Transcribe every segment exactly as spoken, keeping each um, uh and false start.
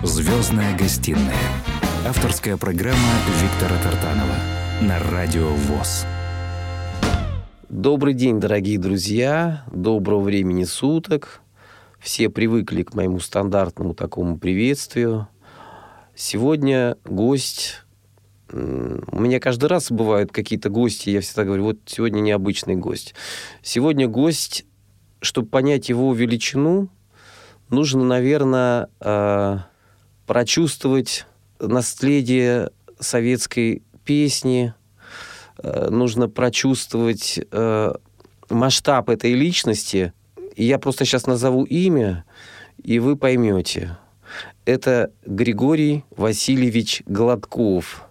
«Звездная гостиная». Авторская программа Виктора Тартанова на Радио ВОС. Добрый день, дорогие друзья. Доброго времени суток. Все привыкли к моему стандартному такому приветствию. Сегодня гость... У меня каждый раз бывают какие-то гости, я всегда говорю, вот сегодня необычный гость. Сегодня гость, чтобы понять его величину, нужно, наверное, прочувствовать наследие советской песни, нужно прочувствовать масштаб этой личности. И я просто сейчас назову имя, и вы поймете. Это Григорий Васильевич Гладков.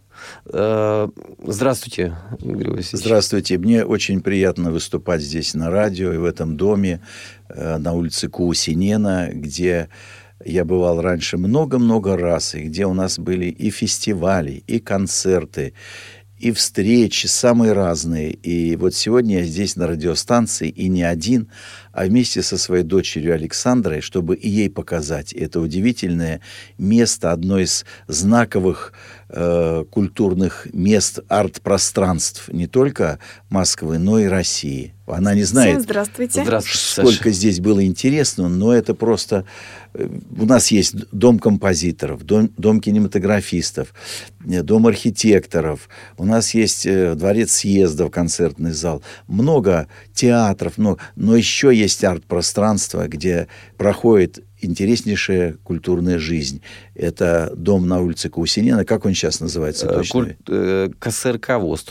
Здравствуйте, Григорий Васильевич. Здравствуйте. Мне очень приятно выступать здесь на радио и в этом доме на улице Куусинена, где я бывал раньше много-много раз, и где у нас были и фестивали, и концерты, и встречи самые разные. И вот сегодня я здесь на радиостанции, и не один, а вместе со своей дочерью Александрой, чтобы и ей показать это удивительное место, одно из знаковых э, культурных мест, арт-пространств не только Москвы, но и России. Она не знает, Всем здравствуйте. Здравствуйте, сколько Саша. здесь было интересно, но это просто... У нас есть дом композиторов, дом, дом кинематографистов, дом архитекторов, у нас есть дворец съездов, концертный зал, много театров, но, но еще есть арт-пространство, где проходит интереснейшая культурная жизнь. Это дом на улице Каусинена. Как он сейчас называется точно? Куль... КСРК ВОС,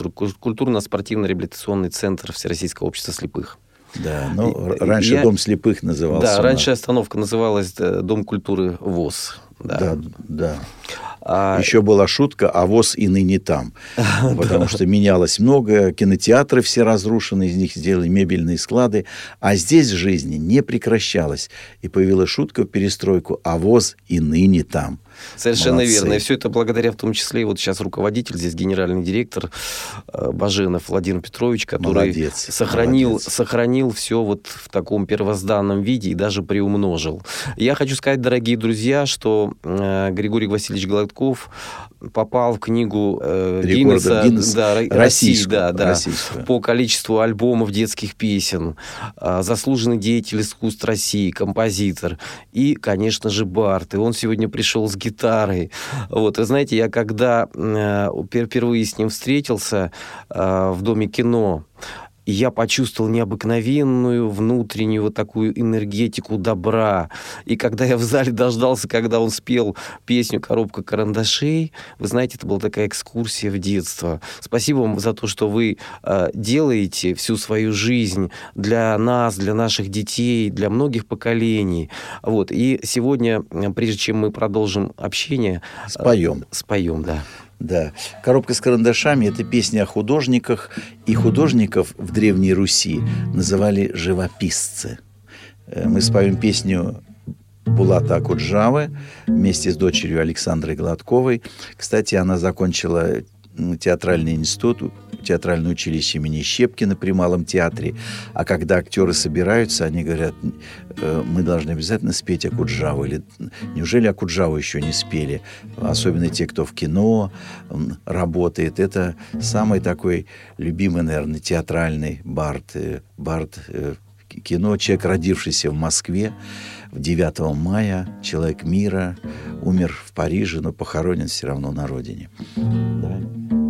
культурно-спортивно-реабилитационный центр Всероссийского общества слепых. Да, ну, раньше я... Дом слепых назывался. Да, раньше остановка называлась Дом культуры ВОС. Да, да. да. А... Еще была шутка, а ВОС и ныне там. Потому что менялось много, кинотеатры все разрушены, из них сделали мебельные склады. А здесь жизнь не прекращалась. И появилась шутка в перестройку, а ВОС и ныне там. Совершенно Молодцы. верно. И все это благодаря в том числе, вот сейчас руководитель, здесь генеральный директор Баженов Владимир Петрович, который молодец, сохранил, молодец. сохранил все вот в таком первозданном виде и даже приумножил. Я хочу сказать, дорогие друзья, что э, Григорий Васильевич Гладков попал в книгу э, Гиннесса, Гиннесса да, России, да, да, по количеству альбомов детских песен, э, заслуженный деятель искусств России, композитор и, конечно же, бард. И он сегодня пришел с гитарой. Вот, вы знаете, я когда э, впервые с ним встретился э, в Доме кино, я почувствовал необыкновенную внутреннюю вот такую энергетику добра. И когда я в зале дождался, когда он спел песню «Коробка карандашей», вы знаете, это была такая экскурсия в детство. Спасибо вам за то, что вы э, делаете всю свою жизнь для нас, для наших детей, для многих поколений. Вот. И сегодня, прежде чем мы продолжим общение... Споем. Э, споем, да. Да. «Коробка с карандашами» — это песня о художниках, и художников в Древней Руси называли живописцы. Мы споем песню Булата Акуджавы вместе с дочерью Александрой Гладковой. Кстати, она закончила театральный институт, театральное училище имени Щепкина при Малом театре. А когда актеры собираются, они говорят, мы должны обязательно спеть Акуджаву. Или неужели Акуджаву еще не спели? Особенно те, кто в кино работает. Это самый такой любимый, наверное, театральный бард. Бард кино. Человек, родившийся в Москве девятого мая, человек мира, умер в Париже, но похоронен все равно на родине. Давай.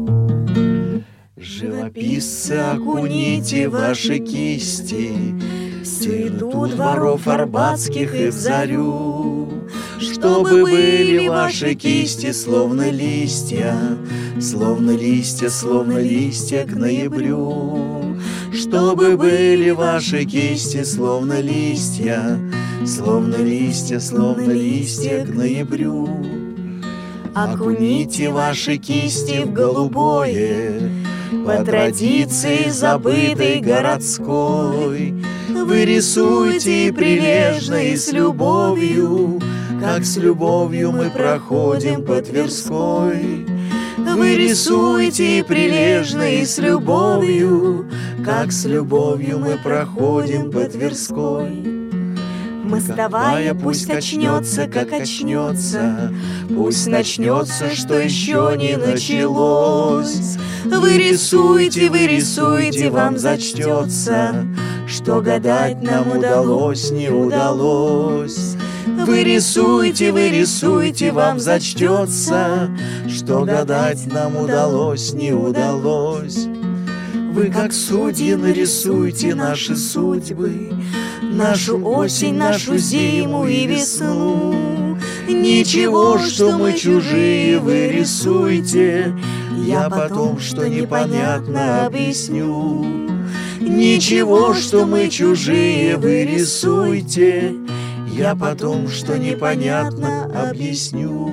Живописцы, окуните ваши кисти в свету дворов арбатских и в зарю, чтобы были ваши кисти словно листья, словно листья, словно листья к ноябрю. Чтобы были ваши кисти словно листья, словно листья, словно листья к ноябрю. Окуните ваши кисти в голубое, по традиции забытой городской. Вы рисуйте прилежно и с любовью, как с любовью мы проходим по Тверской. Вы рисуйте прилежно и с любовью, как с любовью мы проходим по Тверской. Мостовая пусть очнется, как очнется, пусть начнется, что еще не началось. Вы рисуйте, вы рисуйте, вам зачтется, что гадать нам удалось, не удалось. Вы рисуйте, вы рисуйте, вам зачтется, что гадать нам удалось, не удалось. Вы, как судьи, нарисуйте наши судьбы, нашу осень, нашу зиму и весну. Ничего, что мы чужие, вы рисуйте, я потом, что непонятно, объясню. Ничего, что мы чужие, вы рисуйте, я потом, что непонятно, объясню.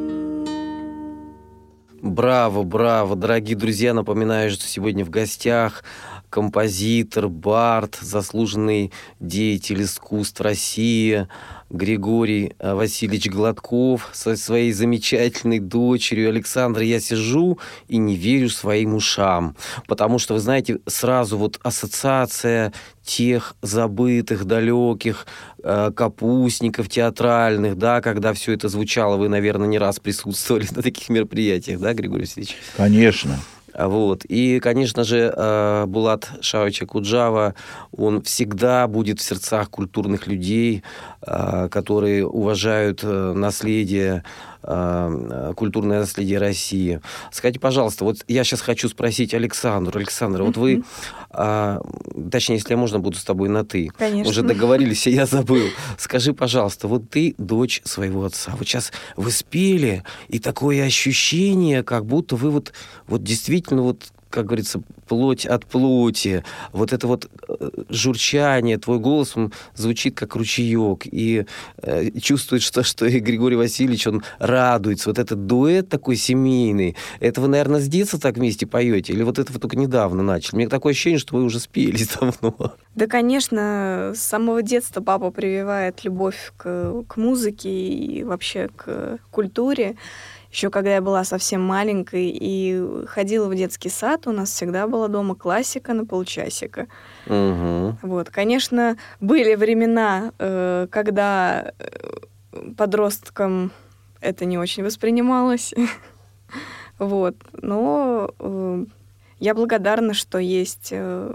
Браво, браво, дорогие друзья, напоминаю, что сегодня в гостях композитор, бард, заслуженный деятель искусств России Григорий Васильевич Гладков со своей замечательной дочерью Александрой. Я сижу и не верю своим ушам, потому что, вы знаете, сразу вот ассоциация тех забытых, далеких э, капустников театральных, да, когда все это звучало, вы, наверное, не раз присутствовали на таких мероприятиях, да, Григорий Васильевич? Конечно. Вот. И, конечно же, Булат Шаович Акуджава, он всегда будет в сердцах культурных людей, которые уважают наследие, культурное наследие России. Скажите, пожалуйста, вот я сейчас хочу спросить Александру. Александра, вот вы, точнее, если можно, буду с тобой на «ты». Конечно. Уже договорились, и я забыл. Скажи, пожалуйста, вот ты дочь своего отца. Вот сейчас вы спели, и такое ощущение, как будто вы вот, вот действительно вот, как говорится, плоть от плоти. Вот это вот журчание, твой голос, он звучит как ручеек. И э, чувствует, что, что и Григорий Васильевич, он радуется. Вот этот дуэт такой семейный. Это вы, наверное, с детства так вместе поете? Или вот это вы только недавно начали? Мне такое ощущение, что вы уже спелись давно. Да, конечно, с самого детства папа прививает любовь к, к музыке и вообще к культуре. Еще когда я была совсем маленькой и ходила в детский сад, у нас всегда была дома классика на полчасика. Угу. Вот, конечно, были времена, когда подросткам это не очень воспринималось. Вот. Но я благодарна, что есть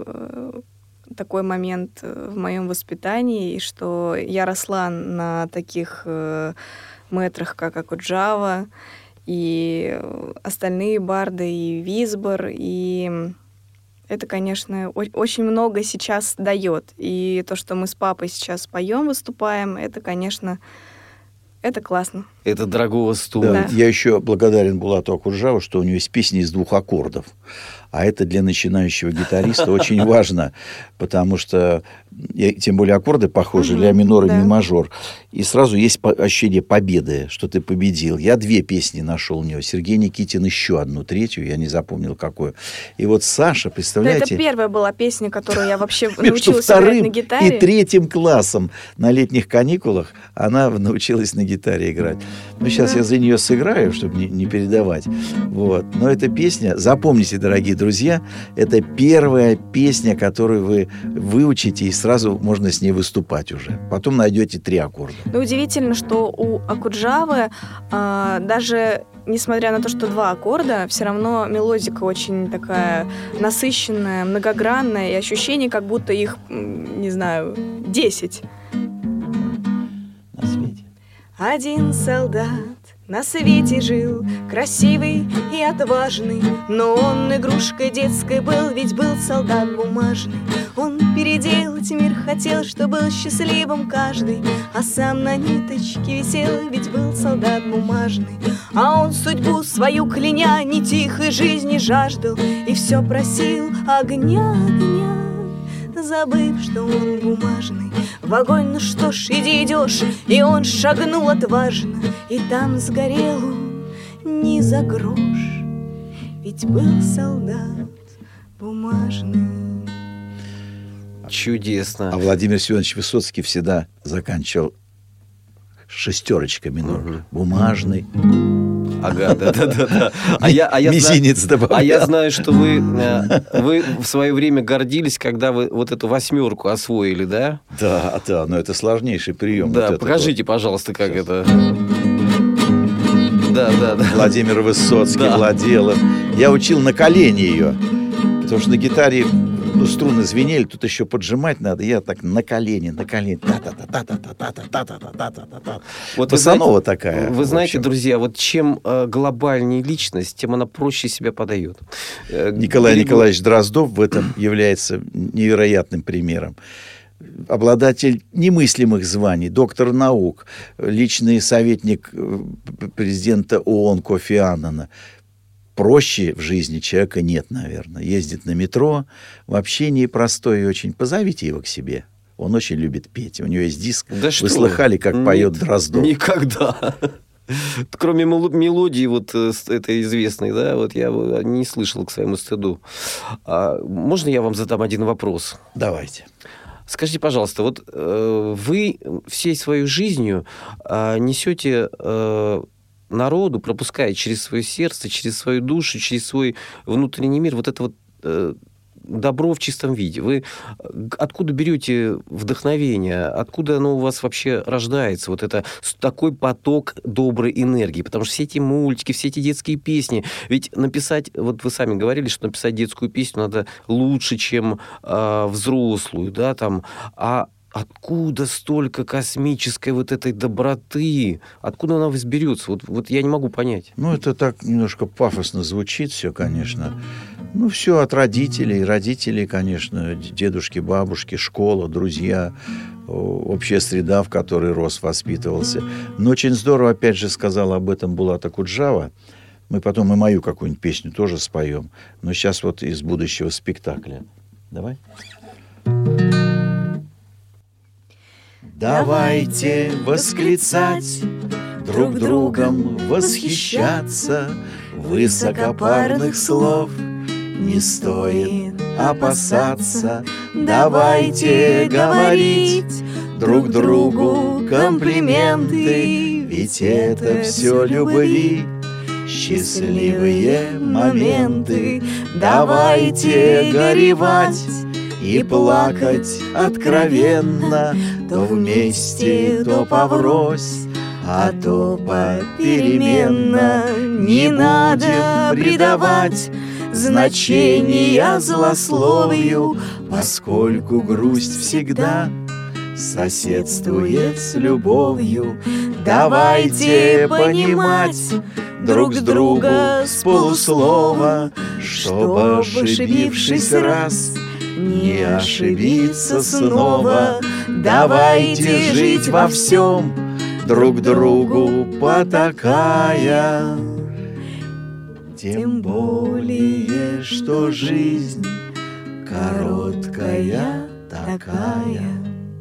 такой момент в моем воспитании, и что я росла на таких мэтрах, как Акуджава, и остальные барды, и Висбор, и это, конечно, очень много сейчас дает. И то, что мы с папой сейчас поем, выступаем, это, конечно, это классно. Это дорогого стула. Да, Да. я еще благодарен Булату Акуджаву, что у него есть песни из двух аккордов. А это для начинающего гитариста очень важно, потому что, тем более, аккорды похожи, ля минор и ми мажор. И сразу есть ощущение победы, что ты победил. Я две песни нашел у него. Сергей Никитин еще одну, третью, я не запомнил какую. И вот Саша, представляете... Это первая была песня, которую я вообще между научилась вторым играть на гитаре. и третьим классом на летних каникулах она научилась на гитаре играть. Ну, сейчас Да. я за нее сыграю, чтобы не, не передавать. Вот. Но эта песня, запомните, дорогие друзья, это первая песня, которую вы выучите, и сразу можно с ней выступать уже. Потом найдете три аккорда. Но удивительно, что у Акуджавы а, даже несмотря на то, что два аккорда, все равно мелодика очень такая насыщенная, многогранная, и ощущение, как будто их, не знаю, десять. На свете. Один солдат на свете жил, красивый и отважный, но он игрушкой детской был, ведь был солдат бумажный. Он переделать мир хотел, что был счастливым каждый, а сам на ниточке висел, ведь был солдат бумажный. А он судьбу свою кляня, не тихой жизни жаждал, и все просил огня, огня, забыв, что он бумажный. В огонь, ну что ж, иди идешь, и он шагнул отважно, и там сгорел он не за грош, ведь был солдат бумажный. Чудесно. А Владимир Семенович Высоцкий всегда заканчивал шестерочкой минор. Угу. Бумажный. Ага, да-да-да. А я, а я Мизинец знаю, добавлял. А я знаю, что вы, вы в свое время гордились, когда вы вот эту восьмерку освоили, да? Да, да, но это сложнейший прием. Да, вот покажите, вот. пожалуйста, как Сейчас. это... Да, да, да. Владимир Высоцкий, Да. Владелов. Я учил на колени ее, потому что на гитаре ну, струны звенели, тут еще поджимать надо. Я так на колени, на колени. Та-та-та-та-та-та-та-та-та-та-та-та. Вот Басанова вы знаете, такая. Вы знаете, в общем. друзья, вот чем э, глобальнее личность, тем она проще себя подает. Э, Николай Григорий- Николаевич Дроздов в этом является невероятным примером. Обладатель немыслимых званий, доктор наук, личный советник э, президента ООН Кофи Аннана. Проще в жизни человека нет, наверное. Ездит на метро, в общении простой и очень. Позовите его к себе. Он очень любит петь. У него есть диск. Да Вы что? слыхали, как Нет, поет Дроздов? Никогда. Кроме мел- мелодии вот э, с- этой известной, да, вот я э, не слышал к своему стыду. А можно я вам задам один вопрос? Давайте. Скажите, пожалуйста, вот э, вы всей своей жизнью э, несете э, народу, пропуская через свое сердце, через свою душу, через свой внутренний мир вот это вот э, добро в чистом виде. Вы откуда берете вдохновение? Откуда оно у вас вообще рождается? Вот это такой поток доброй энергии. Потому что все эти мультики, все эти детские песни. Ведь написать, вот вы сами говорили, что написать детскую песню надо лучше, чем э, взрослую, да, там. А откуда столько космической вот этой доброты? Откуда она взберется? Вот, вот я не могу понять. Ну, это так немножко пафосно звучит все, конечно. Ну, все от родителей. Родители, конечно, дедушки, бабушки, школа, друзья, общая среда, в которой рос, воспитывался. Но очень здорово, опять же, сказал об этом Булат Акуджава. Мы потом и мою какую-нибудь песню тоже споем. Но сейчас вот из будущего спектакля. Давай. Давайте восклицать, друг другом восхищаться, высокопарных слов не стоит опасаться. Давайте говорить друг другу комплименты, ведь это все любви, счастливые моменты. Давайте горевать и плакать откровенно, то вместе, то поврось, а то попеременно. Не надо придавать значения злословию, поскольку грусть всегда соседствует с любовью. Давайте понимать друг с друга с полуслова, чтобы, ошибившись раз, не ошибиться снова. Давайте жить во всем, друг другу потакая. Тем более, что жизнь короткая такая.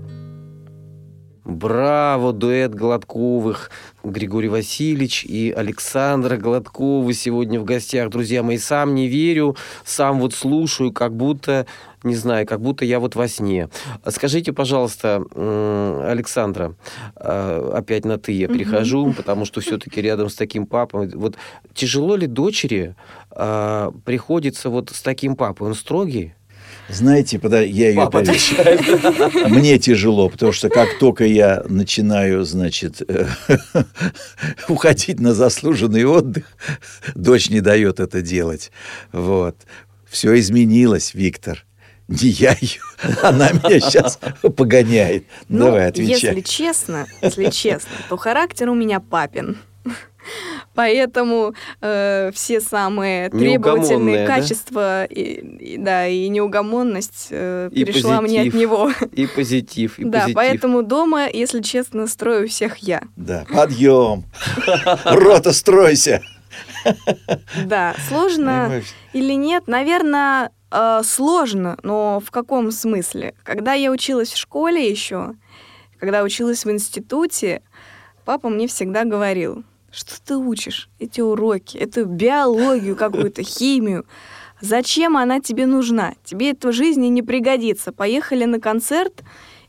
Браво, дуэт Гладковых. Григорий Васильевич и Александра Гладкова сегодня в гостях. Друзья мои, сам не верю, сам вот слушаю, как будто, не знаю, как будто я вот во сне. Скажите, пожалуйста, Александра, опять на «ты» я перехожу, mm-hmm. потому что все-таки рядом с таким папой. Вот тяжело ли дочери а, приходится вот с таким папой? Он строгий? Знаете, я ее отвечаю. Мне тяжело, потому что как только я начинаю, значит, уходить на заслуженный отдых, дочь не дает это делать. Вот. Все изменилось, Виктор. Не я ее, она меня сейчас погоняет. Ну, давай, отвечай. Если честно, если честно, то характер у меня папин. Поэтому э, все самые требовательные качества, да? И, и, да, и неугомонность э, и перешла позитив, мне от него. И позитив, и да, позитив. Поэтому дома, если честно, строю всех я. Да, подъем, рота, стройся. Да, сложно или нет? Наверное, э, сложно, но в каком смысле? Когда я училась в школе еще, когда училась в институте, папа мне всегда говорил: что ты учишь? Эти уроки, эту биологию какую-то, химию. Зачем она тебе нужна? Тебе это в жизни не пригодится. Поехали на концерт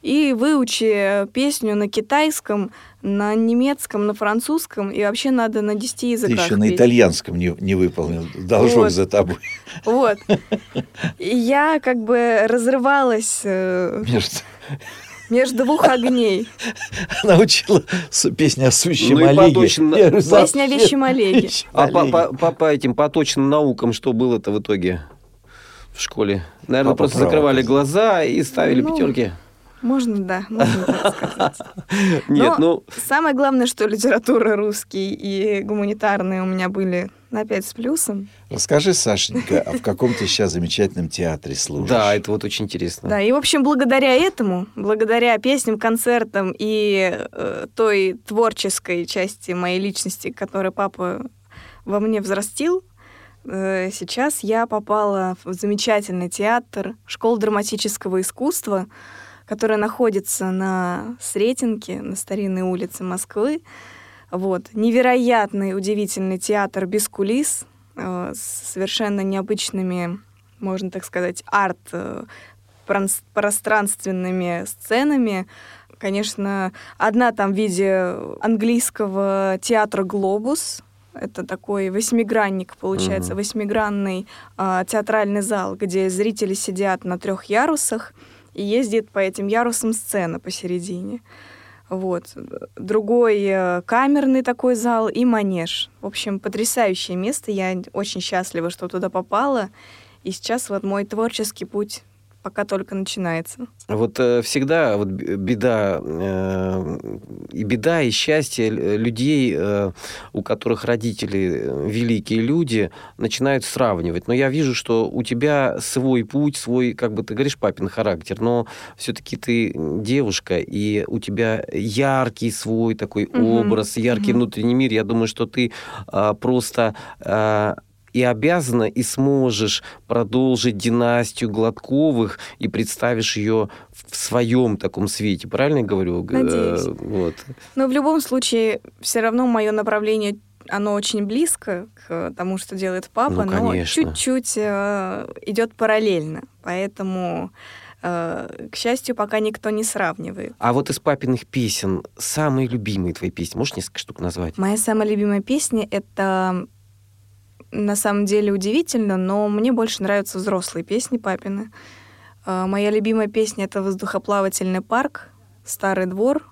и выучи песню на китайском, на немецком, на французском, и вообще надо на десяти языках. Ты еще на итальянском не, не выполнил должок вот. За тобой. Вот. И я как бы разрывалась между, между двух огней. Она учила песню о сущем ну Олеге. Поточно... Песня о вещем Олеге. А по, по, по, по этим поточным наукам что было-то в итоге в школе? Наверное, Папа просто прав, закрывали просто. Глаза и ставили ну... пятерки. Можно, да, можно так сказать. Нет, Но ну... самое главное, что литература, русский и гуманитарные у меня были на пять с плюсом. Расскажи, Сашенька, а в каком ты сейчас замечательном театре служишь? Да, это вот очень интересно. Да, и, в общем, благодаря этому, благодаря песням, концертам и э, той творческой части моей личности, которую папа во мне взрастил, э, сейчас я попала в замечательный театр, школу драматического искусства, которая находится на Сретенке, на старинной улице Москвы. Вот. Невероятный, удивительный театр без кулис, э, с совершенно необычными, можно так сказать, арт-пространственными сценами. Конечно, одна там в виде английского театра «Глобус». Это такой восьмигранник, получается, uh-huh. восьмигранный э, театральный зал, где зрители сидят на трех ярусах, и ездит по этим ярусам сцена посередине. Вот. Другой э, камерный такой зал и манеж. В общем, потрясающее место. Я очень счастлива, что туда попала. И сейчас вот мой творческий путь пока только начинается. Вот э, всегда вот беда, э, и беда, и счастье людей, э, у которых родители великие люди, начинают сравнивать. Но я вижу, что у тебя свой путь, свой, как бы ты говоришь, папин характер, но все-таки ты девушка, и у тебя яркий свой такой угу. образ, яркий угу. внутренний мир. Я думаю, что ты э, просто... Э, и обязана, и сможешь продолжить династию Гладковых и представишь ее в своем таком свете. Правильно я говорю? Надеюсь. Вот. Но в любом случае, все равно мое направление, оно очень близко к тому, что делает папа, ну, но чуть-чуть э, идет параллельно. Поэтому, э, к счастью, пока никто не сравнивает. А вот из папиных песен самые любимые твои песни? Можешь несколько штук назвать? Моя самая любимая песня — это... На самом деле удивительно, но мне больше нравятся взрослые песни папины. Моя любимая песня — это «Воздухоплавательный парк», «Старый двор».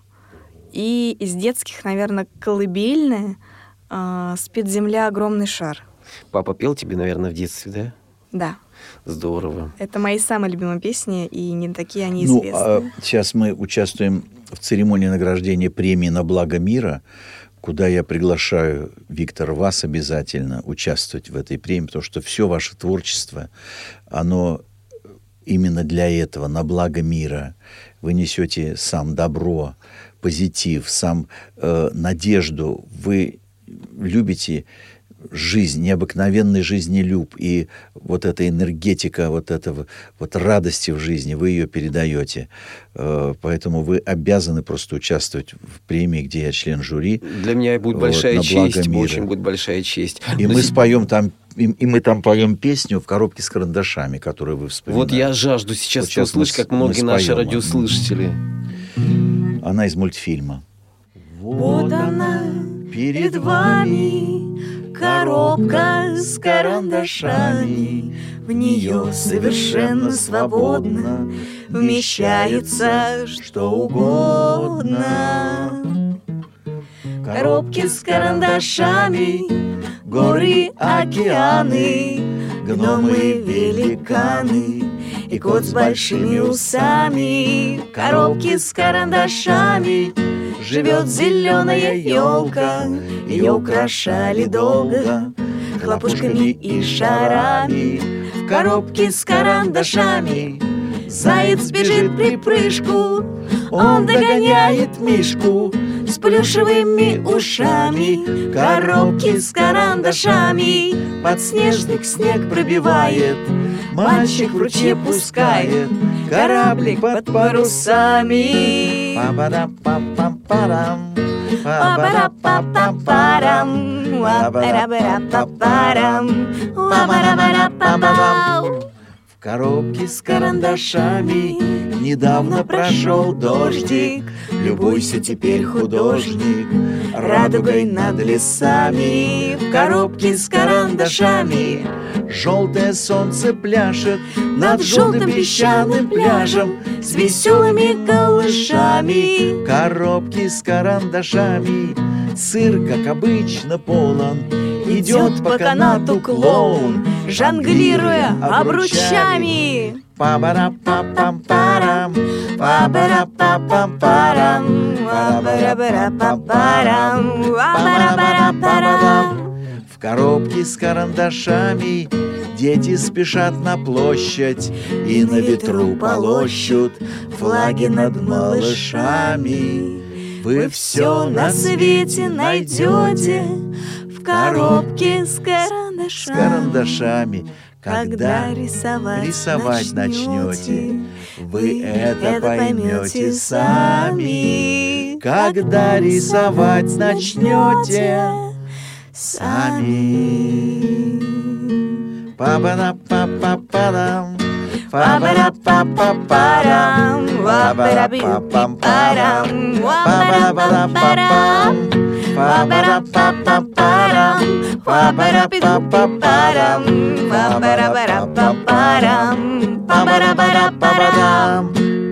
И из детских, наверное, колыбельная «Спит земля огромный шар». Папа пел тебе, наверное, в детстве, да? Да. Здорово. Это мои самые любимые песни, и не такие они ну, известны. А сейчас мы участвуем в церемонии награждения премии «На благо мира», куда я приглашаю, Виктор, вас обязательно участвовать в этой премии, потому что все ваше творчество, оно именно для этого, на благо мира. Вы несете сам добро, позитив, сам э, надежду. Вы любите жизнь, необыкновенный жизнелюб, и вот эта энергетика, вот этого вот радости в жизни, вы ее передаете. Поэтому вы обязаны просто участвовать в премии, где я член жюри. Для меня будет вот, большая честь, очень будет большая честь. И Но мы споем там, и, и мы там поем песню «В коробке с карандашами», которую вы вспоминаете. Вот я жажду сейчас, сейчас услышать, как многие наши радиослушатели. Она из мультфильма. Вот она перед вами, коробка с карандашами, в нее совершенно свободно вмещается что угодно. Коробки с карандашами, горы, океаны, гномы, великаны и кот с большими усами. Коробки с карандашами, живет зеленая елка, ее украшали долго хлопушками и шарами. В коробке с карандашами заяц бежит припрыжку, он догоняет мишку с плюшевыми ушами. Коробки с карандашами, подснежник снег пробивает, мальчик в ручье пускает кораблик под парусами. Па-ба-да-па-пам-парам, па-ба-да-па-пам-парам, па-ба-да-па-пам-парам, па-ба-да-па-пам. В коробке с карандашами. Недавно прошел дождик, любуйся теперь, художник, радугой над лесами. В коробке с карандашами желтое солнце пляшет над желтым песчаным пляжем с веселыми колышами. Коробки с карандашами, цирк, как обычно, полон. Идет по канату клоун, жонглируя обручами. Па-ба-ра-па-пам-парам, па-ба-ра-па-пам-парам, па-ба-ра-па-пам-парам, па-ба-ра-па-ра-па-рам. В коробке с карандашами дети спешат на площадь и на ветру полощут флаги над малышами. Вы все на свете найдете в коробке с карандашами. С карандашами. Когда рисовать, рисовать начнете, вы это, это поймете сами. Когда рисовать начнете сами. Па-ба-ра-па-па-парам, па-ба-ра-па-па-парам, па-ба-ра-па-пам-парам, па-ба-ра-па-па-парам, па-ба-ра-па-па-парам, па-ба-ра-па-па-парам, па-ба-ра-па-па-парам, па-ба-ра-па-па-парам.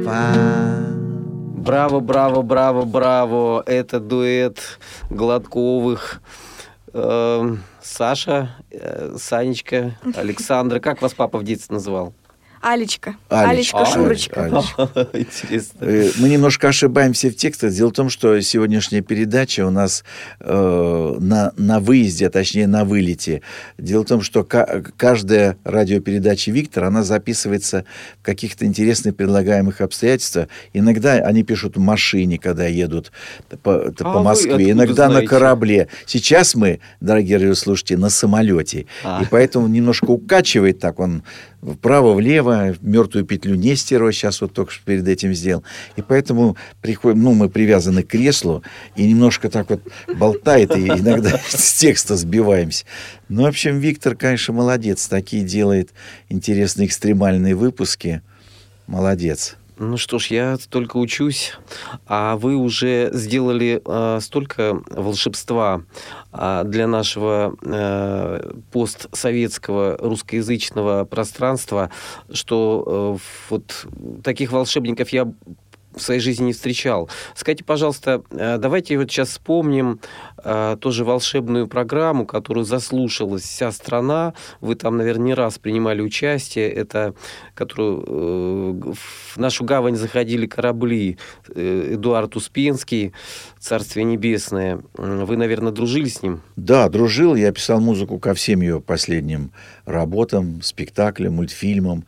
Браво, браво, браво, браво. Это дуэт Гладковых. Э, Саша, э, Санечка, Александра. Как вас папа в детстве называл? Алечка. Алечка, Алечка, Шурочка. Алечка. Интересно. Мы немножко ошибаемся в текстах. Дело в том, что сегодняшняя передача у нас э, на, на выезде, а точнее на вылете. Дело в том, что к- каждая радиопередача Виктора, она записывается в каких-то интересных предлагаемых обстоятельствах. Иногда они пишут в машине, когда едут по, а по Москве. Иногда знаете? На корабле. Сейчас мы, дорогие радиослушатели, на самолете. А. И поэтому немножко укачивает так он вправо-влево. Мертвую петлю Нестерова сейчас вот только что перед этим сделал. И поэтому приходим, ну, мы привязаны к креслу, и немножко так вот болтает, и иногда с текста сбиваемся. Ну, в общем, Виктор, конечно, молодец. Такие делает интересные экстремальные выпуски. Молодец. Ну что ж, я только учусь, а вы уже сделали э, столько волшебства э, для нашего э, постсоветского русскоязычного пространства, что э, вот таких волшебников я в своей жизни не встречал. Скажите, пожалуйста, давайте вот сейчас вспомним а, тоже волшебную программу, которую заслушалась вся страна. Вы там, наверное, не раз принимали участие. Это, которую э, в нашу гавань заходили корабли. Э, Эдуард Успенский, Царствие Небесное. Вы, наверное, дружили с ним? Да, дружил. Я писал музыку ко всем ее последним работам, спектаклям, мультфильмам.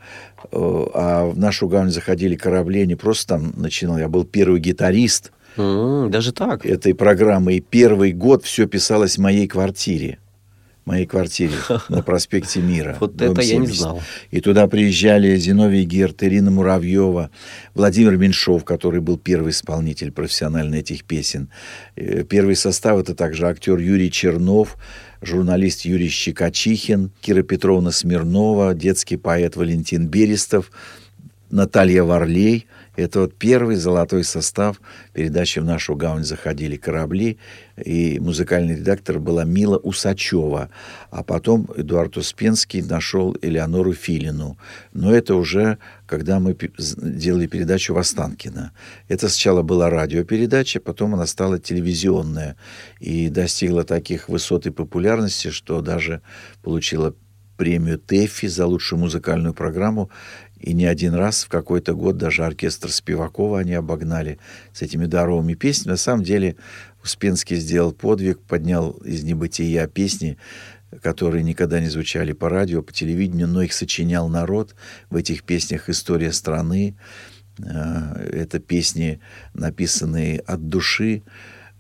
А в нашу гавань заходили корабли, я не просто там начинал, я был первый гитарист. Mm, даже так? Этой программы. И первый год все писалось в моей квартире. В моей квартире на проспекте Мира. Вот это я не знал. И туда приезжали Зиновий Герт, Ирина Муравьева, Владимир Меньшов, который был первый исполнитель профессиональный этих песен. Первый состав — это также актер Юрий Чернов, журналист Юрий Щекочихин, Кира Петровна Смирнова, детский поэт Валентин Берестов, Наталья Варлей. Это вот первый золотой состав передачи «В нашу гавань заходили корабли». И музыкальный редактор была Мила Усачева. А потом Эдуард Успенский нашел Элеонору Филину. Но это уже когда мы делали передачу в Останкино. Это сначала была радиопередача, потом она стала телевизионная. И достигла таких высот и популярности, что даже получила премию ТЭФИ за лучшую музыкальную программу. И не один раз в какой-то год даже оркестр Спивакова они обогнали с этими здоровыми песнями. На самом деле Успенский сделал подвиг, поднял из небытия песни, которые никогда не звучали по радио, по телевидению, но их сочинял народ. В этих песнях история страны. Это песни, написанные от души.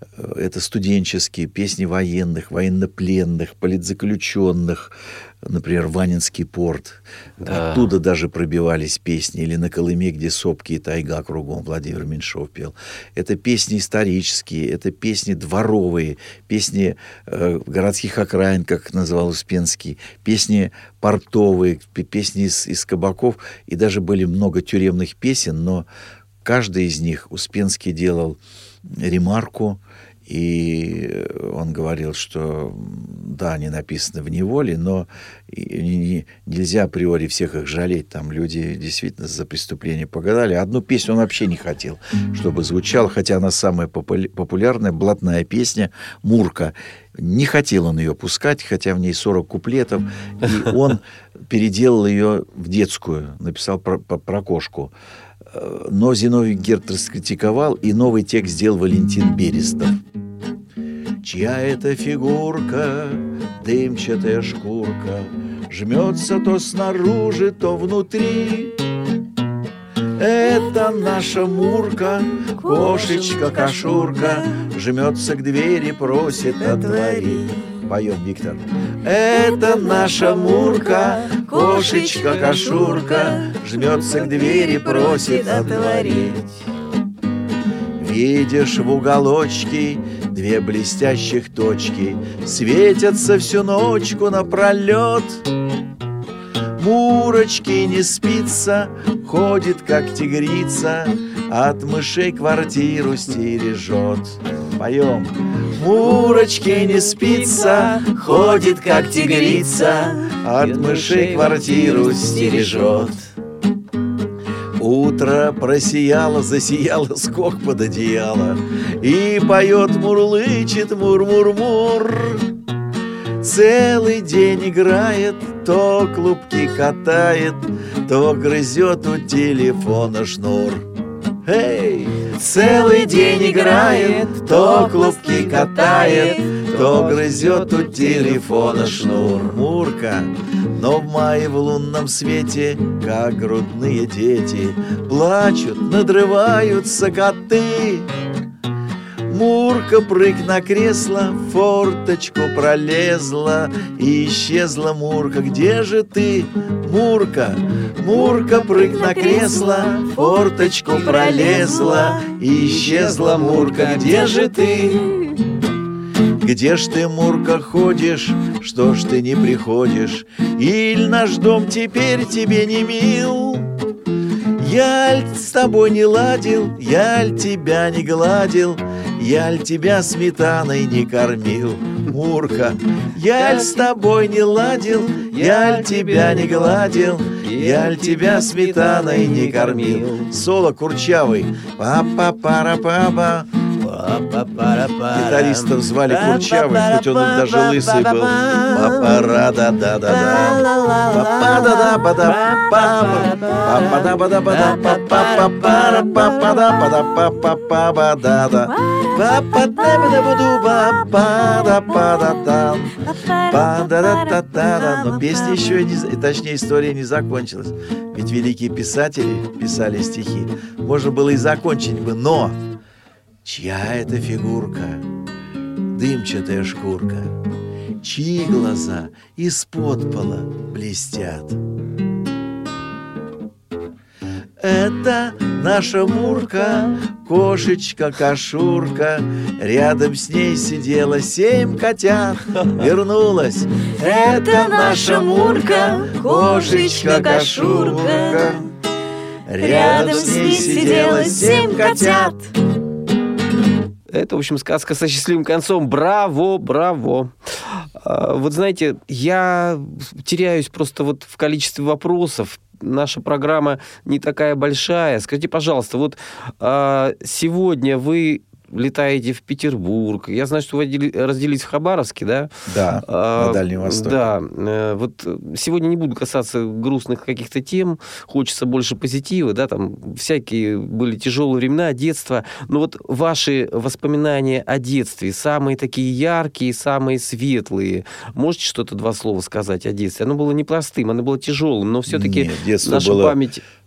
Это студенческие, песни военных, военнопленных, политзаключенных, например, Ванинский порт. Да. Оттуда даже пробивались песни. Или «На Колыме, где сопки и тайга кругом» Владимир Меньшов пел. Это песни исторические, это песни дворовые, песни э, городских окраин, как называл Успенский, песни портовые, песни из, из кабаков. И даже были много тюремных песен, но каждый из них Успенский делал ремарку, и он говорил, что да, они написаны в неволе, но нельзя априори всех их жалеть. Там люди действительно за преступление погадали. Одну песню он вообще не хотел, чтобы звучала, хотя она самая популярная, блатная песня «Мурка». Не хотел он ее пускать, хотя в ней сорок куплетов, и он переделал ее в детскую, написал про, про, про кошку. Но Зиновий Герд раскритиковал, и новый текст сделал Валентин Берестов. Чья это фигурка, дымчатая шкурка, жмется то снаружи, то внутри. Это наша Мурка, кошечка-кошурка, жмется к двери, просит отвори. Поем, Виктор. Это наша Мурка, кошечка-кошурка, жмется к двери, просит отворить. Видишь, в уголочке две блестящих точки светятся всю ночку напролет. Мурочке не спится, ходит как тигрица, от мышей квартиру стережет. Поем. Мурочке не спится, ходит как тигрица, от мышей квартиру стережет. Утро просияло, засияло скок под одеяло, и поет, мурлычет, мур-мур-мур. Целый день играет, то клубки катает, то грызет у телефона шнур. Эй! Целый день играет, то клубки катает, то грызет у телефона шнур. Мурка, но в мае в лунном свете, как грудные дети, плачут, надрываются коты. Мурка, прыг на кресло, форточку пролезла, и исчезла Мурка. Где же ты, Мурка? Мурка, прыг на кресло, форточку пролезла, и исчезла Мурка. Где же ты? Где ж ты, Мурка, ходишь? Что ж ты не приходишь? Иль наш дом теперь тебе не мил? Я ль с тобой не ладил, я ль тебя не гладил, я ль тебя сметаной не кормил? Мурка, я ль с тобой не ладил, я ль тебя не гладил, я ль тебя сметаной не кормил? Соло Курчавый. Па-па-пара-па-па. Гитаристов звали Курчавый, хоть он и даже лысый был. Па-па-ра-да-да-да-да. Па-па-да-да-ба-да-па-па. Па-па-да-ба-да-ба-да-па-па-па-да-па-па-па-ба-да-да. Па-па-да-ба-да-бу-ба-па-да-па-да-там. Па-да-да-да-да-да. Но песня еще, не, точнее, история не закончилась. Ведь великие писатели писали стихи. Можно было и закончить бы, но... Чья это фигурка, дымчатая шкурка, чьи глаза из-под пола блестят? Это наша Мурка, кошечка-кошурка, рядом с ней сидело семь котят. Вернулась. Это наша Мурка, кошечка-кошурка, рядом с ней сидело семь котят. Это, в общем, сказка со счастливым концом. Браво, браво. Вот знаете, я теряюсь просто вот в количестве вопросов. Наша программа не такая большая. Скажите, пожалуйста, вот сегодня вы летаете в Петербург. Я знаю, что вы разделились в Хабаровске, да? Да, а, на Дальнем Востоке. Да. Вот сегодня не буду касаться грустных каких-то тем. Хочется больше позитива, да, там всякие были тяжелые времена, детство. Но вот ваши воспоминания о детстве, самые такие яркие, самые светлые. Можете что-то, два слова сказать о детстве? Оно было непростым, оно было тяжелым, но все-таки Нет, детство наша было... память...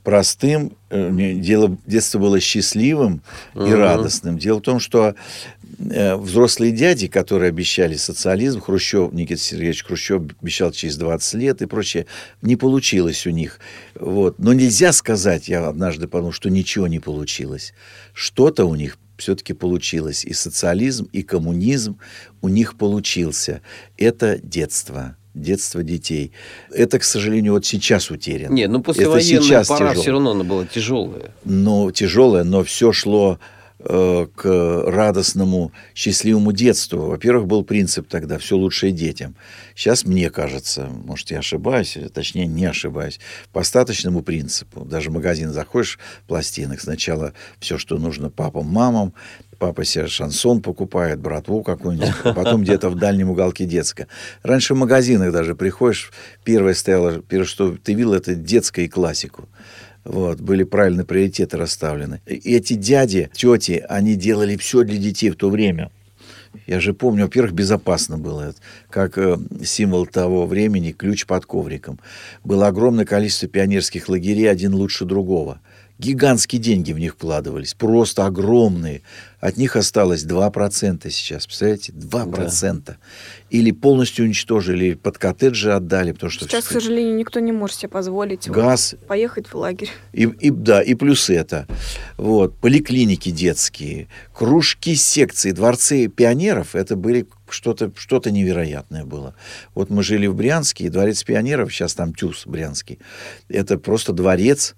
простым. Дело, детство было счастливым и uh-huh. радостным. Дело в том, что взрослые дяди, которые обещали социализм, Хрущев, Никита Сергеевич Хрущев обещал через двадцать лет и прочее, не получилось у них. Вот. Но нельзя сказать, я однажды подумал, что ничего не получилось. Что-то у них все-таки получилось. И социализм, и коммунизм у них получился. Это детство. Детство детей. Это, к сожалению, вот сейчас утеряно. Нет, ну послевоенная пора тяжело. Все равно она была тяжелая. Но тяжелая, но все шло э, к радостному, счастливому детству. Во-первых, был принцип тогда «все лучшее детям». Сейчас, мне кажется, может, я ошибаюсь, точнее, не ошибаюсь, по остаточному принципу. Даже в магазин заходишь, пластинок, сначала все, что нужно папам, мамам, папа себе шансон покупает, братву какую-нибудь, а потом где-то в дальнем уголке детская. Раньше в магазинах даже приходишь, первое стояло, первое, что ты видел, это детское и классику. Вот, были правильные приоритеты расставлены. И эти дяди, тети, они делали все для детей в то время. Я же помню, во-первых, безопасно было, как э, символ того времени, ключ под ковриком. Было огромное количество пионерских лагерей, один лучше другого. Гигантские деньги в них вкладывались, просто огромные. От них осталось два процента сейчас, представляете? два процента. Да. Или полностью уничтожили, или под коттеджи отдали. Потому что сейчас, все... к сожалению, никто не может себе позволить газ, вот, поехать в лагерь. И, и, да, и плюс это. Вот, поликлиники детские, кружки, секции, дворцы пионеров, это были что-то, что-то невероятное было. Вот мы жили в Брянске, и дворец пионеров, сейчас там ТЮЗ брянский, это просто дворец,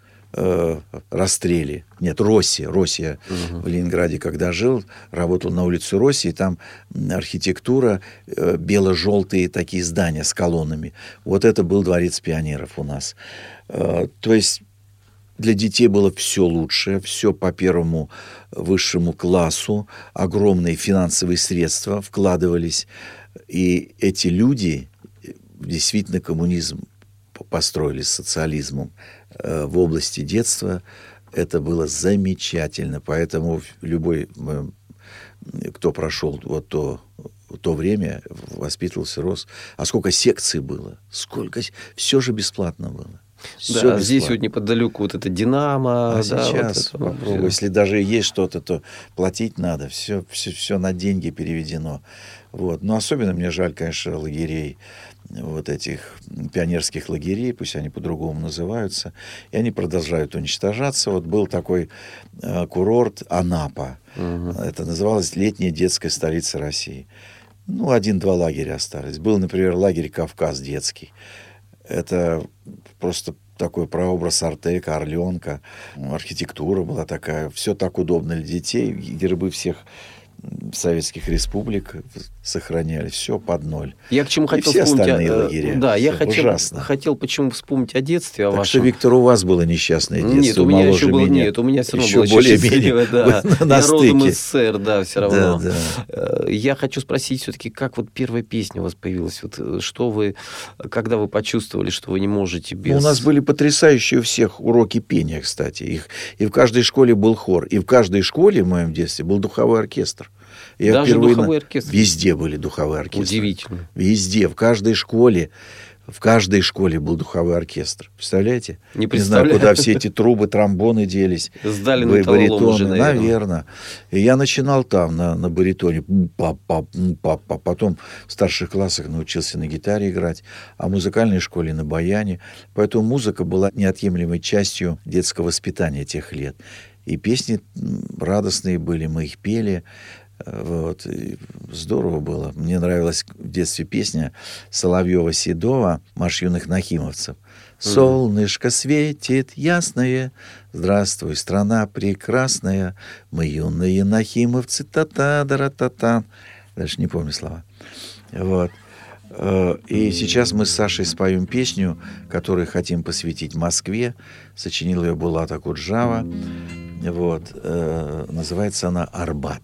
Растрели. Нет, Росси. Росси я угу. в Ленинграде, когда жил, работал на улице Росси, и там архитектура, э, бело-желтые такие здания с колоннами. Вот это был дворец пионеров у нас. Э, то есть для детей было все лучшее, все по первому высшему классу, огромные финансовые средства вкладывались. И эти люди, действительно, коммунизм построили с социализмом в области детства. Это было замечательно. Поэтому любой, кто прошел вот то, то время, воспитывался, рос. А сколько секций было, сколько... Все же бесплатно было. Все да, здесь вот неподалеку вот это «Динамо». А да, сейчас вот это, попробуй. Если даже есть что-то, то платить надо. Все, все, все на деньги переведено. Вот. Но особенно мне жаль, конечно, лагерей, вот этих пионерских лагерей, пусть они по-другому называются, и они продолжают уничтожаться. Вот был такой э, курорт Анапа. Угу. Это называлось «Летняя детская столица России». Ну, один-два лагеря остались. Был, например, лагерь «Кавказ» детский. Это просто такой прообраз Артека, Орленка. Архитектура была такая. Все так удобно для детей. Гербы всех советских республик сохраняли, все под ноль. Я к чему хотел и все вспомнить остальные о... лагеря. Да, все я хотел, хотел почему вспомнить о детстве, о так вашем. что, Виктор, у вас было несчастное детство. Нет, у меня еще было, меня. Нет, у меня все равно еще было более счастливое, да. На Я родом из СССР, да, все равно. Да, да. Я хочу спросить все-таки, как вот первая песня у вас появилась? Вот что вы, когда вы почувствовали, что вы не можете без... У нас были потрясающие у всех уроки пения, кстати. Их, и в каждой школе был хор. И в каждой школе в моем детстве был духовой оркестр. Я Даже духовой оркестр? Везде были духовые оркестры. Удивительно. Везде, в каждой школе. В каждой школе был духовой оркестр. Представляете? Не, не знаю, куда все эти трубы, тромбоны делись. Сдали на талолом уже, наверное. Наверное. И я начинал там, на, на баритоне. Па-па-па-па. Потом в старших классах научился на гитаре играть, а в музыкальной школе на баяне. Поэтому музыка была неотъемлемой частью детского воспитания тех лет. И песни радостные были, мы их пели. Вот. И здорово было. Мне нравилась в детстве песня Соловьева-Седова «Марш юных нахимовцев». «Солнышко светит ясное, здравствуй, страна прекрасная, мы юные нахимовцы, та-та-дара-та-та». Дальше не помню слова. Вот. И сейчас мы с Сашей споем песню, которую хотим посвятить Москве. Сочинил ее Булат Акуджава. Вот. Называется она «Арбат».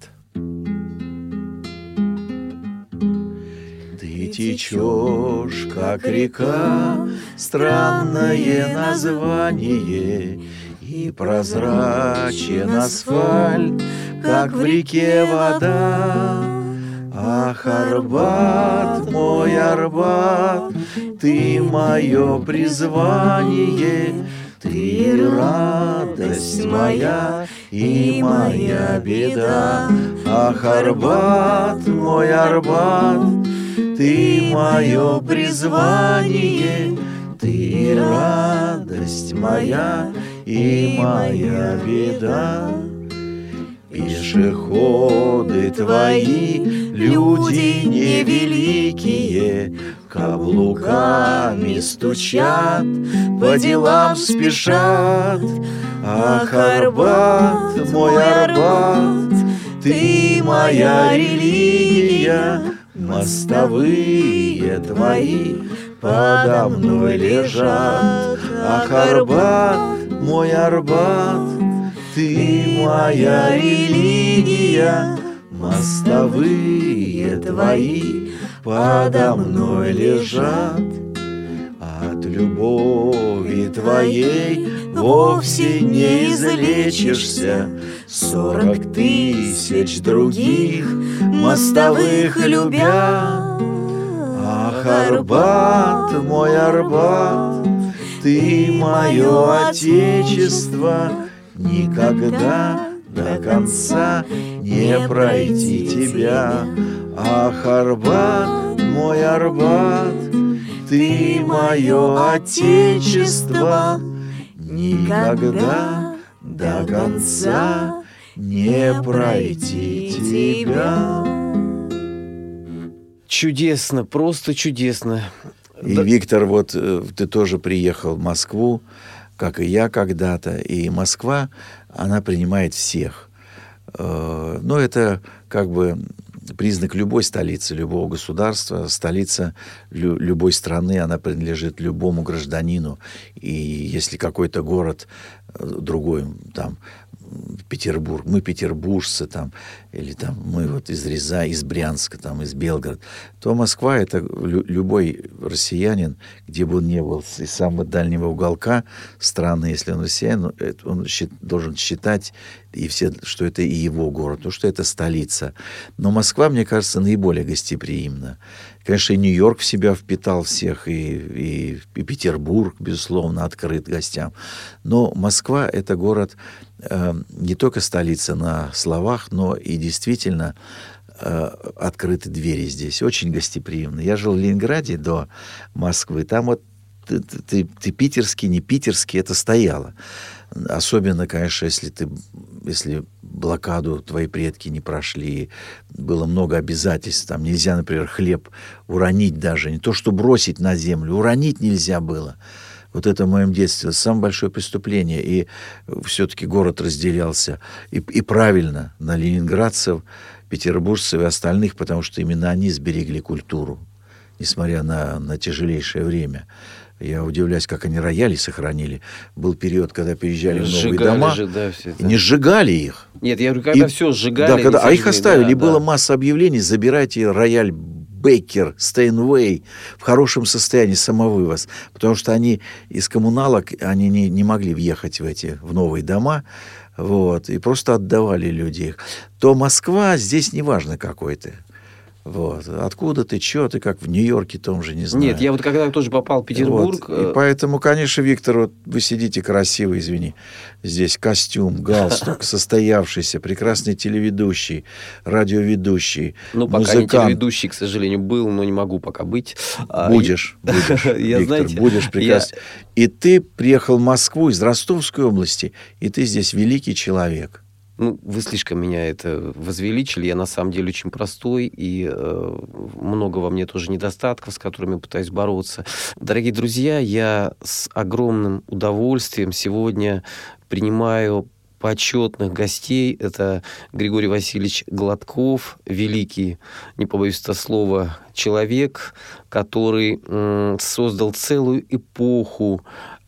Ты течешь, как река, странное название, и прозрачен асфальт, как в реке вода. Ах, Арбат, мой Арбат, ты мое призвание, Ты радость моя и моя беда. Ах, Арбат, мой Арбат, ты мое призвание. Ты радость моя и моя беда. Пешеходы твои, люди невеликие, каблуками стучат, по делам спешат. Ах, Арбат, мой Арбат, ты моя религия. Мостовые твои подо мной лежат. Ах, Арбат, мой Арбат, ты моя религия. Мостовые твои подо мной лежат. От любови твоей вовсе не излечишься. Сорок тысяч других мостовых любя. Ах, Арбат, мой Арбат, ты мое отечество. Никогда до конца не пройти тебя. Ах, Арбат, мой Арбат, ты мое отечество. Никогда до конца не пройти тебя. Чудесно, просто чудесно. И, да... Виктор, вот ты тоже приехал в Москву, как и я когда-то. И Москва, она принимает всех. Но это как бы признак любой столицы, любого государства. Столица лю- любой страны, она принадлежит любому гражданину. И если какой-то город другой, там, Петербург, мы петербуржцы, там, или там, мы вот из Рязани, из Брянска, там, из Белгорода, то Москва — это лю- любой россиянин, где бы он ни был, из самого дальнего уголка страны, если он россиянин, он счит, должен считать, и все, что это и его город, потому что это столица. Но Москва, мне кажется, наиболее гостеприимна. Конечно, и Нью-Йорк в себя впитал всех, и, и, и Петербург, безусловно, открыт гостям. Но Москва — это город э, не только столица на словах, но и действительно э, открыты двери здесь, очень гостеприимны. Я жил в Ленинграде до Москвы, там вот ты, ты, ты питерский, не питерский, это стояло. Особенно, конечно, если ты, если блокаду твои предки не прошли, было много обязательств. Там нельзя, например, хлеб уронить даже, не то что бросить на землю, уронить нельзя было. Вот это в моем детстве самое большое преступление. И все-таки город разделялся. И, и правильно, на ленинградцев, петербуржцев и остальных, потому что именно они сберегли культуру, несмотря на, на тяжелейшее время. Я удивляюсь, как они рояли сохранили. Был период, когда переезжали в новые дома, же, да, все это. И не сжигали их. Нет, я говорю, когда и, все сжигали. Да, когда, а сожгли, их оставили. Да, и было да. масса объявлений: забирайте рояль Бейкер, Стейнвей в хорошем состоянии, самовывоз. Потому что они из коммуналок, они не, не могли въехать в эти, в новые дома. Вот, и просто отдавали люди их. То Москва здесь неважно какой ты. Вот. Откуда ты, что ты, как в Нью-Йорке том же, не знаю. Нет, я вот когда тоже попал в Петербург... Вот. И поэтому, конечно, Виктор, вот вы сидите красиво, извини, здесь костюм, галстук, состоявшийся, прекрасный телеведущий, радиоведущий, ну, пока музыкант. Не телеведущий, к сожалению, был, но не могу пока быть. Будешь, будешь, Виктор, будешь прекрасный. И ты приехал в Москву из Ростовской области, и ты здесь великий человек. Ну, вы слишком меня это возвеличили. Я на самом деле очень простой, и э, много во мне тоже недостатков, с которыми пытаюсь бороться. Дорогие друзья, я с огромным удовольствием сегодня принимаю почетных гостей. Это Григорий Васильевич Гладков, великий, не побоюсь этого слова, человек, который э, создал целую эпоху.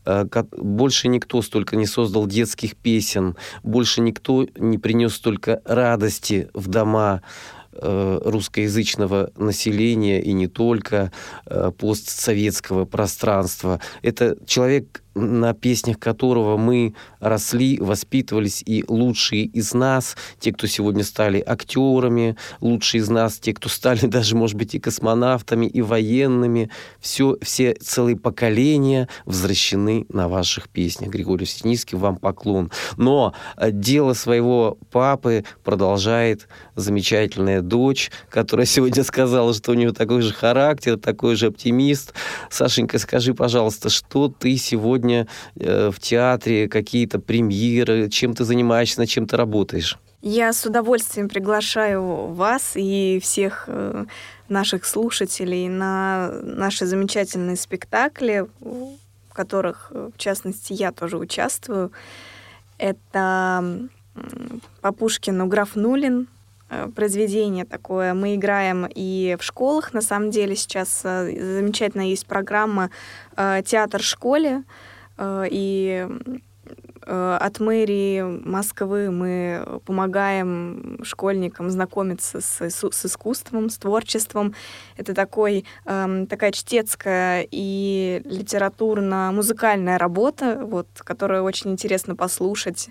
Больше никто столько не создал детских песен, больше никто не принес столько радости в дома э, русскоязычного населения и не только э, постсоветского пространства. Это человек на песнях которого мы росли, воспитывались, и лучшие из нас, те, кто сегодня стали актерами, лучшие из нас, те, кто стали даже, может быть, и космонавтами, и военными, все, все целые поколения возвращены на ваших песнях. Григорий Синицкий, вам поклон. Но дело своего папы продолжает замечательная дочь, которая сегодня сказала, что у нее такой же характер, такой же оптимист. Сашенька, скажи, пожалуйста, что ты сегодня в театре, какие-то премьеры, чем ты занимаешься, над чем ты работаешь? Я с удовольствием приглашаю вас и всех наших слушателей на наши замечательные спектакли, в которых, в частности, я тоже участвую. Это по Пушкину «Граф Нулин», произведение такое. Мы играем и в школах. На самом деле сейчас замечательно есть программа «Театр в школе». И от мэрии Москвы мы помогаем школьникам знакомиться с, с искусством, с творчеством. Это такой, такая чтецкая и литературно-музыкальная работа, вот, которую очень интересно послушать.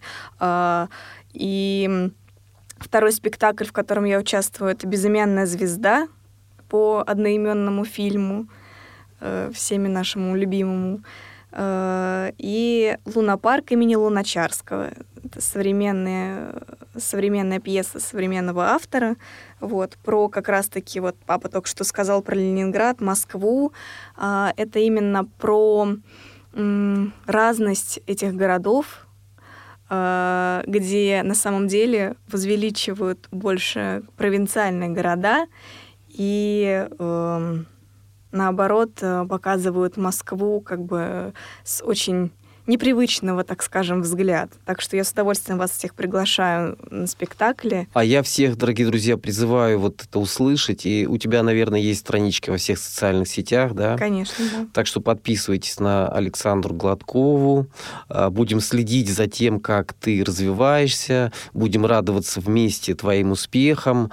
И второй спектакль, в котором я участвую, это «Безымянная звезда» по одноименному фильму, всеми нашему любимому. И «Лунопарк» имени Луначарского. Это современная, современная пьеса современного автора. Вот, про как раз-таки, вот папа только что сказал про Ленинград, Москву. Это именно про разность этих городов, где на самом деле возвеличивают больше провинциальные города и наоборот, показывают Москву как бы с очень непривычного, так скажем, взгляд. Так что я с удовольствием вас всех приглашаю на спектакли. А я всех, дорогие друзья, призываю вот это услышать. И у тебя, наверное, есть странички во всех социальных сетях, да? Конечно, да. Так что подписывайтесь на Александру Гладкову. Будем следить за тем, как ты развиваешься. Будем радоваться вместе твоим успехам.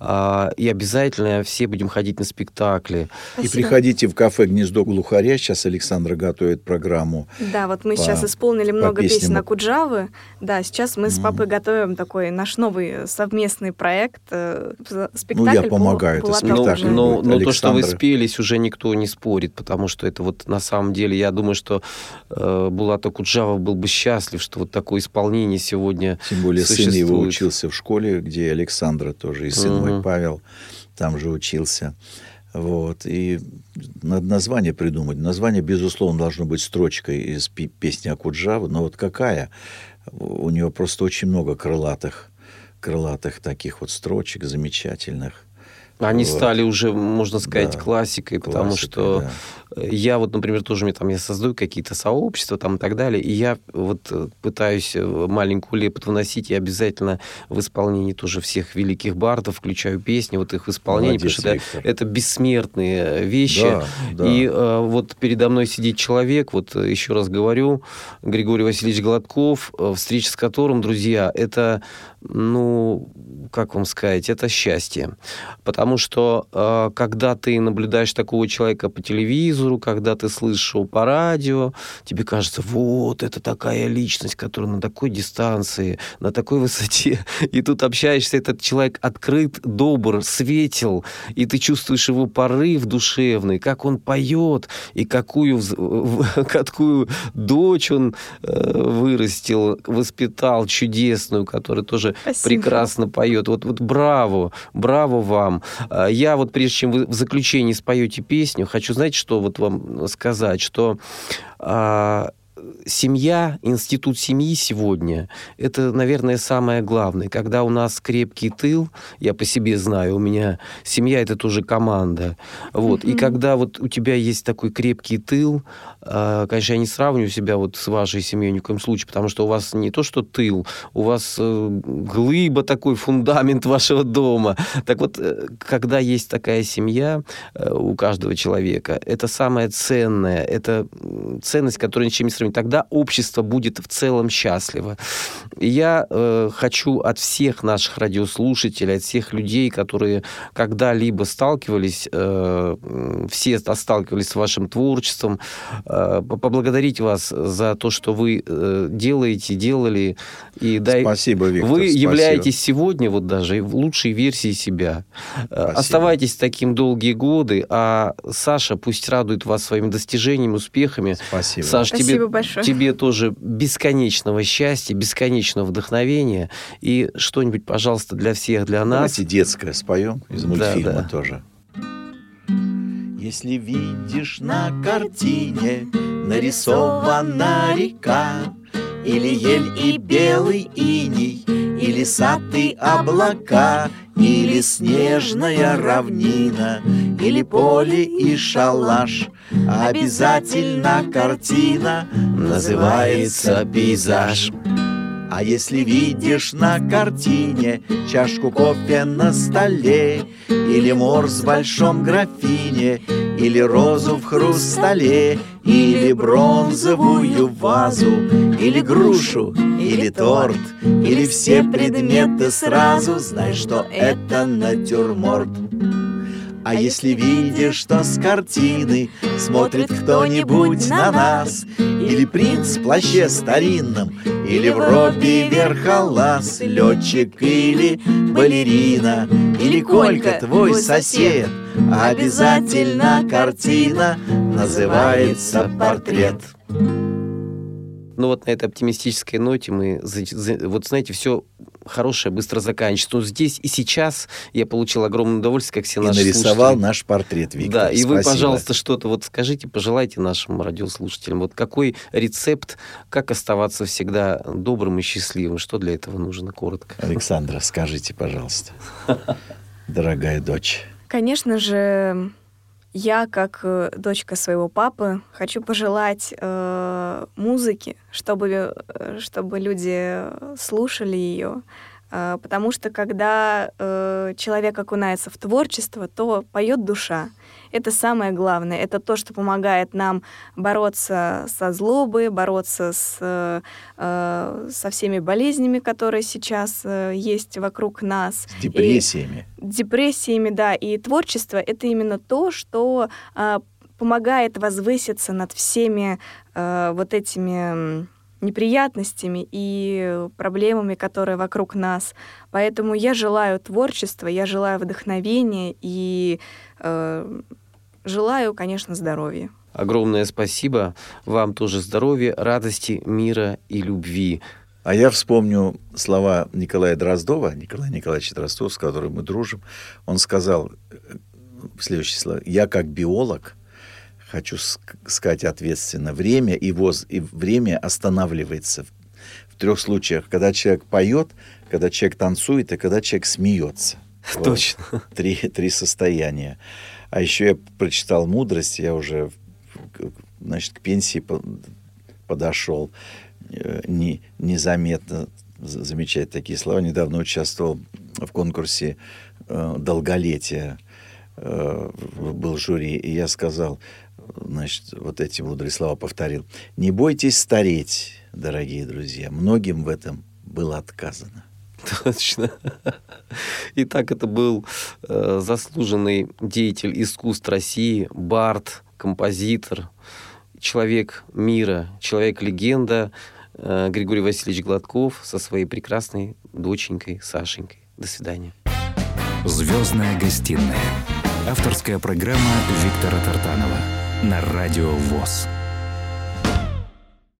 И обязательно все будем ходить на спектакли. Спасибо. И приходите в кафе «Гнездо глухаря». Сейчас Александра готовит программу. Да, вот мы сейчас исполнили много песен Акуджавы. Да, сейчас мы с папой mm. готовим такой наш новый совместный проект. Спектакль. Ну, я помогаю. Это спектакль. Но, но то, что вы спелись, уже никто не спорит, потому что это вот на самом деле, я думаю, что э, Булат Акуджава был бы счастлив, что вот такое исполнение сегодня Тем более существует. Сын его учился в школе, где Александра тоже, и сын mm-hmm. мой Павел там же учился. Вот. И надо название придумать. Название, безусловно, должно быть строчкой из песни Акуджавы. Но вот какая? У него просто очень много крылатых, крылатых таких вот строчек замечательных. Они вот. стали уже, можно сказать, да. классикой, потому Классика, что да. я вот, например, тоже мне там, я создаю какие-то сообщества там и так далее, и я вот пытаюсь маленькую лепот вносить, и обязательно в исполнении тоже всех великих бардов включаю песни, вот их в исполнении, Молодец, потому что это, это бессмертные вещи. Да, да. И э, вот передо мной сидит человек, вот еще раз говорю, Григорий Васильевич Гладков, встреча с которым, друзья, это, ну, как вам сказать, это счастье. Потому что э, когда ты наблюдаешь такого человека по телевизору, когда ты слышишь его по радио, тебе кажется, вот, это такая личность, которая на такой дистанции, на такой высоте. И тут общаешься, этот человек открыт, добр, светел, и ты чувствуешь его порыв душевный, как он поет, и какую, какую дочь он э, вырастил, воспитал чудесную, которая тоже Спасибо. прекрасно поет. Вот, вот браво, браво вам. Я вот, прежде чем вы в заключении споете песню, хочу, знаете, что вот вам сказать, что а, семья, институт семьи сегодня, это, наверное, самое главное. Когда у нас крепкий тыл, я по себе знаю, у меня семья – это тоже команда. Вот. Mm-hmm. И когда вот у тебя есть такой крепкий тыл, конечно, я не сравниваю себя вот с вашей семьей ни в коем случае, потому что у вас не то, что тыл, у вас глыба такой, фундамент вашего дома. Так вот, когда есть такая семья у каждого человека, это самое ценное, это ценность, которая ничем не сравнится. тогда общество будет в целом счастливо. И я э, хочу от всех наших радиослушателей, от всех людей, которые когда-либо сталкивались, э, все сталкивались с вашим творчеством, э, поблагодарить вас за то, что вы э, делаете, делали. И дай... Спасибо, Виктор. Вы спасибо. являетесь сегодня вот даже в лучшей версии себя. Спасибо. Оставайтесь таким долгие годы, а Саша пусть радует вас своими достижениями, успехами. Спасибо. Саш, Спасибо тебе, большое. тебе тоже бесконечного счастья, бесконечного вдохновения. И что-нибудь, пожалуйста, для всех, для нас. Давайте детское споем из мультфильма да, да. тоже. Если видишь на картине нарисована река, или ель и белый иней, или сад и облака, или снежная равнина, или поле и шалаш, обязательно картина называется пейзаж. А если видишь на картине чашку кофе на столе, или морс в большом графине, или розу в хрустале, или бронзовую вазу, или грушу, или торт, или все предметы сразу, знай, что это натюрморт. А если видишь, что с картины смотрит кто-нибудь на нас, или принц в плаще старинном, или в робе верхолаз, летчик или балерина, или Колька твой сосед, обязательно картина называется портрет. Ну вот на этой оптимистической ноте мы, вот знаете, все хорошее быстро заканчивается. Но здесь и сейчас я получил огромное удовольствие, как все и наши нарисовал слушатели. Наш портрет, Виктор. Да, и Спасибо. вы, пожалуйста, что-то вот скажите, пожелайте нашим радиослушателям. Вот какой рецепт, как оставаться всегда добрым и счастливым? Что для этого нужно, коротко? Александра, скажите, пожалуйста, дорогая дочь. Конечно же, я, как дочка своего папы, хочу пожелать э, музыки, чтобы, чтобы люди слушали ее. Э, потому что когда э, человек окунается в творчество, то поет душа. Это самое главное. Это то, что помогает нам бороться со злобой, бороться с, э, со всеми болезнями, которые сейчас э, есть вокруг нас. С депрессиями. И, депрессиями, да. И творчество — это именно то, что э, помогает возвыситься над всеми э, вот этими неприятностями и проблемами, которые вокруг нас. Поэтому я желаю творчества, я желаю вдохновения и э, желаю, конечно, здоровья. Огромное спасибо. Вам тоже здоровья, радости, мира и любви. А я вспомню слова Николая Дроздова, Николая Николаевича Дроздова, с которым мы дружим. Он сказал следующие слова. «Я как биолог хочу сказать ответственно, время и, воз, и время останавливается в, в трех случаях. Когда человек поет, когда человек танцует и когда человек смеется». Точно. Вот. Три, три состояния. А еще я прочитал мудрость, я уже, значит, к пенсии подошел не, незаметно замечать такие слова. Недавно участвовал в конкурсе э, долголетия, э, был жюри, и я сказал, значит, вот эти мудрые слова повторил. Не бойтесь стареть, дорогие друзья. Многим в этом было отказано. Точно. Итак, это был э, заслуженный деятель искусств России, бард, композитор, человек мира, человек-легенда э, Григорий Васильевич Гладков со своей прекрасной доченькой Сашенькой. До свидания. «Звездная гостиная». Авторская программа Виктора Тартанова на Радио ВОС.